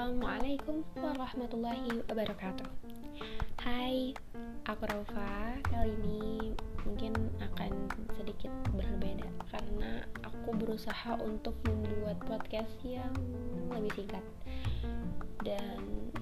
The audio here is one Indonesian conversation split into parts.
Assalamualaikum warahmatullahi wabarakatuh. Hai, aku Raufa. Kali ini mungkin akan sedikit berbeda karena aku berusaha untuk membuat podcast yang lebih singkat. Dan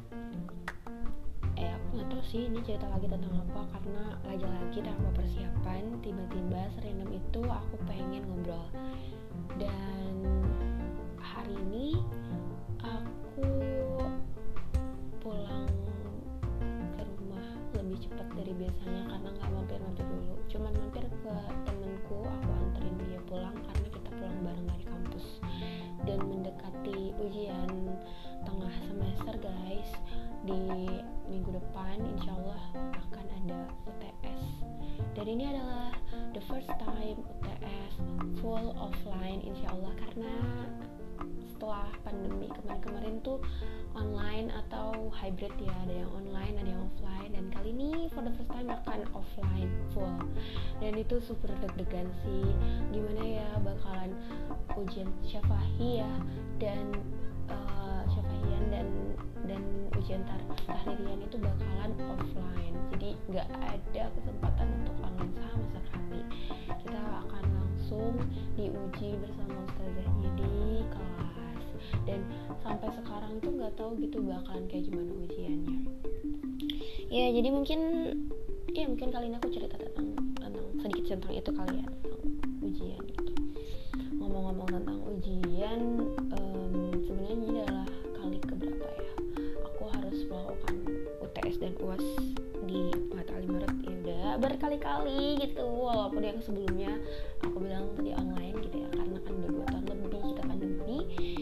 aku gak tahu sih ini cerita lagi tentang apa, karena lagi-lagi tanpa persiapan tiba-tiba serandom itu aku pengen ngobrol. Dan hari ini aku pulang ke rumah lebih cepat dari biasanya karena nggak mampir-mampir dulu, cuman mampir ke temenku, aku anterin dia pulang karena kita pulang bareng dari kampus. Dan mendekati ujian tengah semester guys, di minggu depan insyaallah akan ada UTS, dan ini adalah the first time UTS full offline insyaallah, karena setelah pandemi kemarin tuh online atau hybrid ya, ada yang online ada yang offline, dan kali ini for the first time akan offline full. Dan itu super deg-degan sih, gimana ya bakalan ujian syafahiyah dan syafahiyan dan ujian tahlilian itu bakalan offline, jadi nggak ada kesempatan untuk online sama sekali. Kita akan langsung diuji bersama ustazahnya di kelas, dan sampai sekarang itu nggak tahu gitu bakalan kayak gimana ujiannya ya. Jadi mungkin kali ini aku cerita tentang sedikit tentang itu kali ya, tentang ujian gitu. Ngomong-ngomong tentang ujian, sebenarnya ini adalah kali keberapa ya aku harus melakukan UTS dan UAS di Mahat Alimaret. Ya udah berkali-kali gitu, walaupun yang sebelumnya aku bilang tadi online gitu ya, karena kan udah 2 tahun lebih kita pandemi.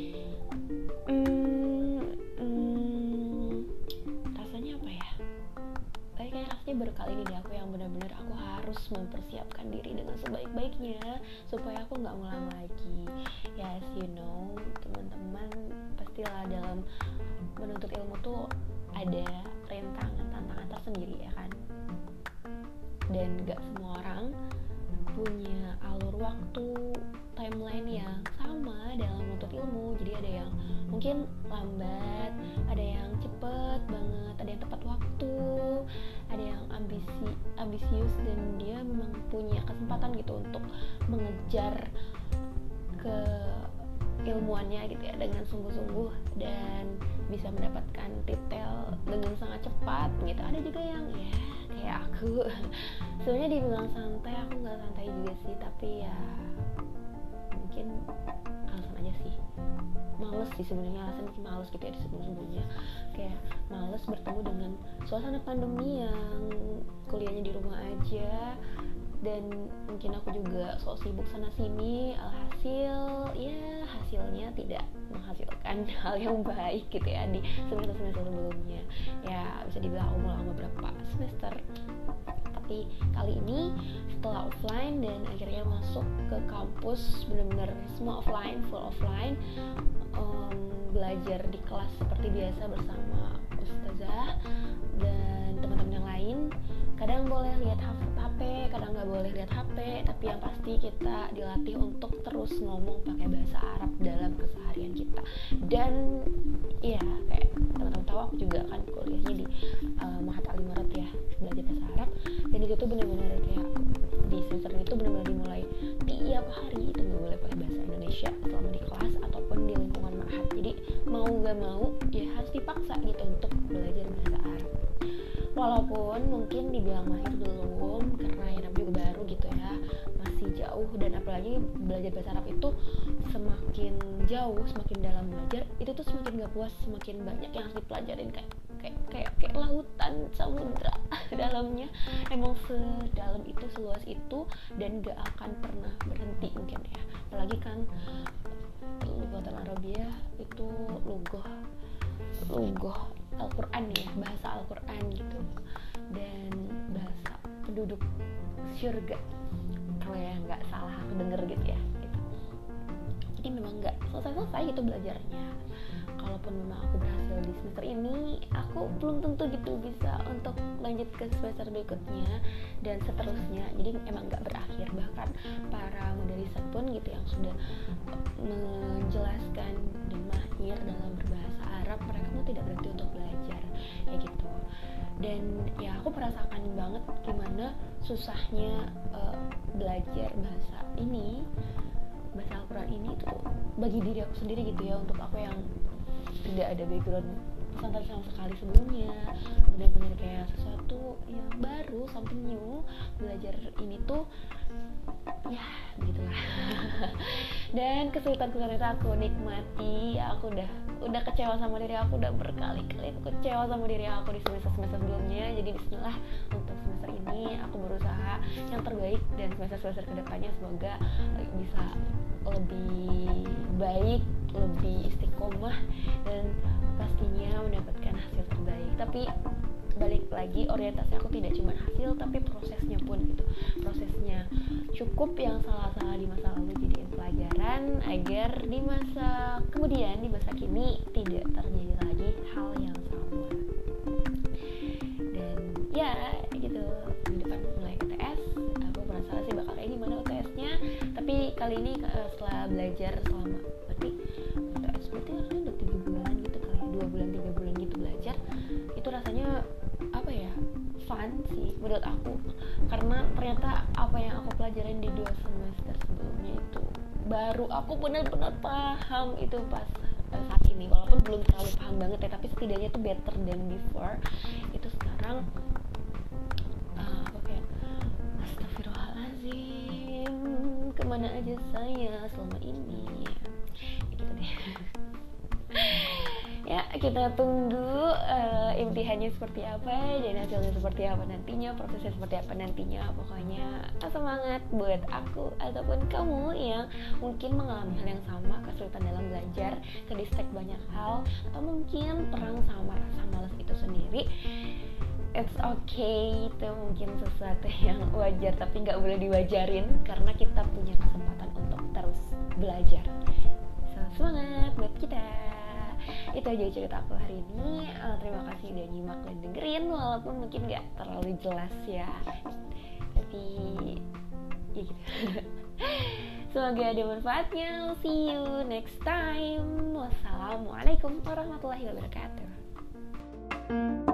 Rasanya apa ya, tapi kayak rasanya berkali ini deh aku yang benar-benar aku harus mempersiapkan diri dengan sebaik-baiknya supaya aku nggak ngulang lagi. Yes, you know, teman-teman pastilah dalam menuntut ilmu tuh ada rintangan, tantangan tersendiri ya kan, dan nggak semua orang punya alur waktu, timeline yang sama dalam menuntut ilmu. Jadi ada yang mungkin lambat, ada yang cepet banget, ada yang tepat waktu, ada yang ambisius dan dia memang punya kesempatan gitu untuk mengejar ke ilmuannya gitu ya dengan sungguh-sungguh dan bisa mendapatkan detail dengan sangat cepat gitu. Ada juga yang ya kayak aku sebenarnya dibilang santai, aku nggak santai juga sih, tapi ya mungkin alasan aja sih, males sih sebenarnya, alasan mungkin males gitu ya di sebelumnya, kayak males bertemu dengan suasana pandemi yang kuliahnya di rumah aja, dan mungkin aku juga sok sibuk sana sini, alhasil ya hasilnya tidak menghasilkan hal yang baik gitu ya di semester sebelumnya. Ya bisa dibilang aku mulai beberapa semester, tapi kali ini setelah offline dan akhirnya masuk ke kampus benar-benar semua offline, full offline, belajar di kelas seperti biasa bersama ustazah dan teman-teman yang lain. Kadang boleh lihat HP, kadang nggak boleh lihat HP, tapi yang pasti kita dilatih untuk terus ngomong pakai bahasa Arab dalam keseharian kita. Dan ya kayak teman-teman tahu, aku juga kan kuliahnya di Mahat Alimaret ya, belajar bahasa Arab, dan itu tuh benar-benar kayak di semester itu benar-benar dimulai tiap hari itu nggak boleh pakai bahasa Indonesia selama di kelas ataupun di lingkungan Mahat. Jadi mau nggak mau ya harus dipaksa gitu untuk belajar bahasa Arab. Walaupun mungkin dibilang mahir belum, karena ya namanya juga baru gitu ya, masih jauh. Dan apalagi belajar bahasa Arab itu semakin jauh, semakin dalam belajar itu tuh semakin gak puas, semakin banyak yang harus dipelajarin, kayak lautan samudra dalamnya, emang sedalam itu, seluas itu, dan gak akan pernah berhenti mungkin ya. Apalagi kan Lughatan Arabiyah itu lughah Al-Quran ya, bahasa Al-Quran gitu, dan bahasa penduduk syurga kalau ya nggak salah aku denger gitu ya gitu. Jadi memang nggak selesai gitu belajarnya. Kalaupun memang aku berhasil di semester ini, aku belum tentu gitu bisa untuk lanjut ke semester berikutnya dan seterusnya. Jadi emang nggak berakhir. Bahkan para modelisat pun gitu yang sudah menjelaskan dan mahir dalam berbahasa Arab, mereka tuh tidak berhenti untuk belajar kayak gitu. Dan ya aku merasakan banget gimana susahnya belajar bahasa Al-Quran ini tuh bagi diri aku sendiri gitu ya, untuk aku yang tidak ada background pesantren sama sekali sebelumnya, benar-benar kayak sesuatu yang baru, something new. Belajar ini tuh ya begitulah. Dan kesulitan-kesulitan itu aku nikmati. Ya, aku udah kecewa sama diri aku, udah berkali-kali aku kecewa sama diri aku di semester sebelumnya. Jadi bismillah, untuk semester ini aku berusaha yang terbaik, dan semester kedepannya semoga bisa lebih baik, lebih istiqomah, dan pastinya mendapatkan hasil terbaik. Tapi balik lagi, orientasi aku tidak cuma hasil tapi prosesnya pun gitu. Prosesnya cukup yang salah-salah di masa lalu jadiin pelajaran agar di masa kemudian, di masa kini tidak terjadi lagi hal yang sama. Dan ya gitu, di depan mulai UTS, aku penasaran sih bakal kayak gimana UTS-nya. Tapi kali ini setelah belajar selama berarti UTS rasanya udah 3 bulan gitu kali ya, 2 bulan 3 bulan gitu belajar, itu rasanya apa ya, fun sih menurut aku, karena ternyata apa yang aku pelajarin di 2 semester sebelumnya itu baru aku benar-benar paham itu pas saat ini, walaupun belum terlalu paham banget ya, tapi setidaknya itu better than before. Itu sekarang aku kayak astagfirullahaladzim, kemana aja saya selama ini ya, gitu deh. Ya, kita tunggu imtihannya seperti apa dan hasilnya seperti apa nantinya, prosesnya seperti apa nantinya. Pokoknya semangat buat aku ataupun kamu yang mungkin mengalami hal yang sama, kesulitan dalam belajar, kedistract banyak hal, atau mungkin perang sama rasa malas itu sendiri. It's okay, itu mungkin sesuatu yang wajar tapi nggak boleh diwajarin, karena kita punya kesempatan untuk terus belajar. So, semangat buat kita. Itu aja cerita aku hari ini. Terima kasih udah nyimak dan dengerin, walaupun mungkin gak terlalu jelas ya, tapi ya gitu. Semoga ada manfaatnya. See you next time. Wassalamualaikum warahmatullahi wabarakatuh.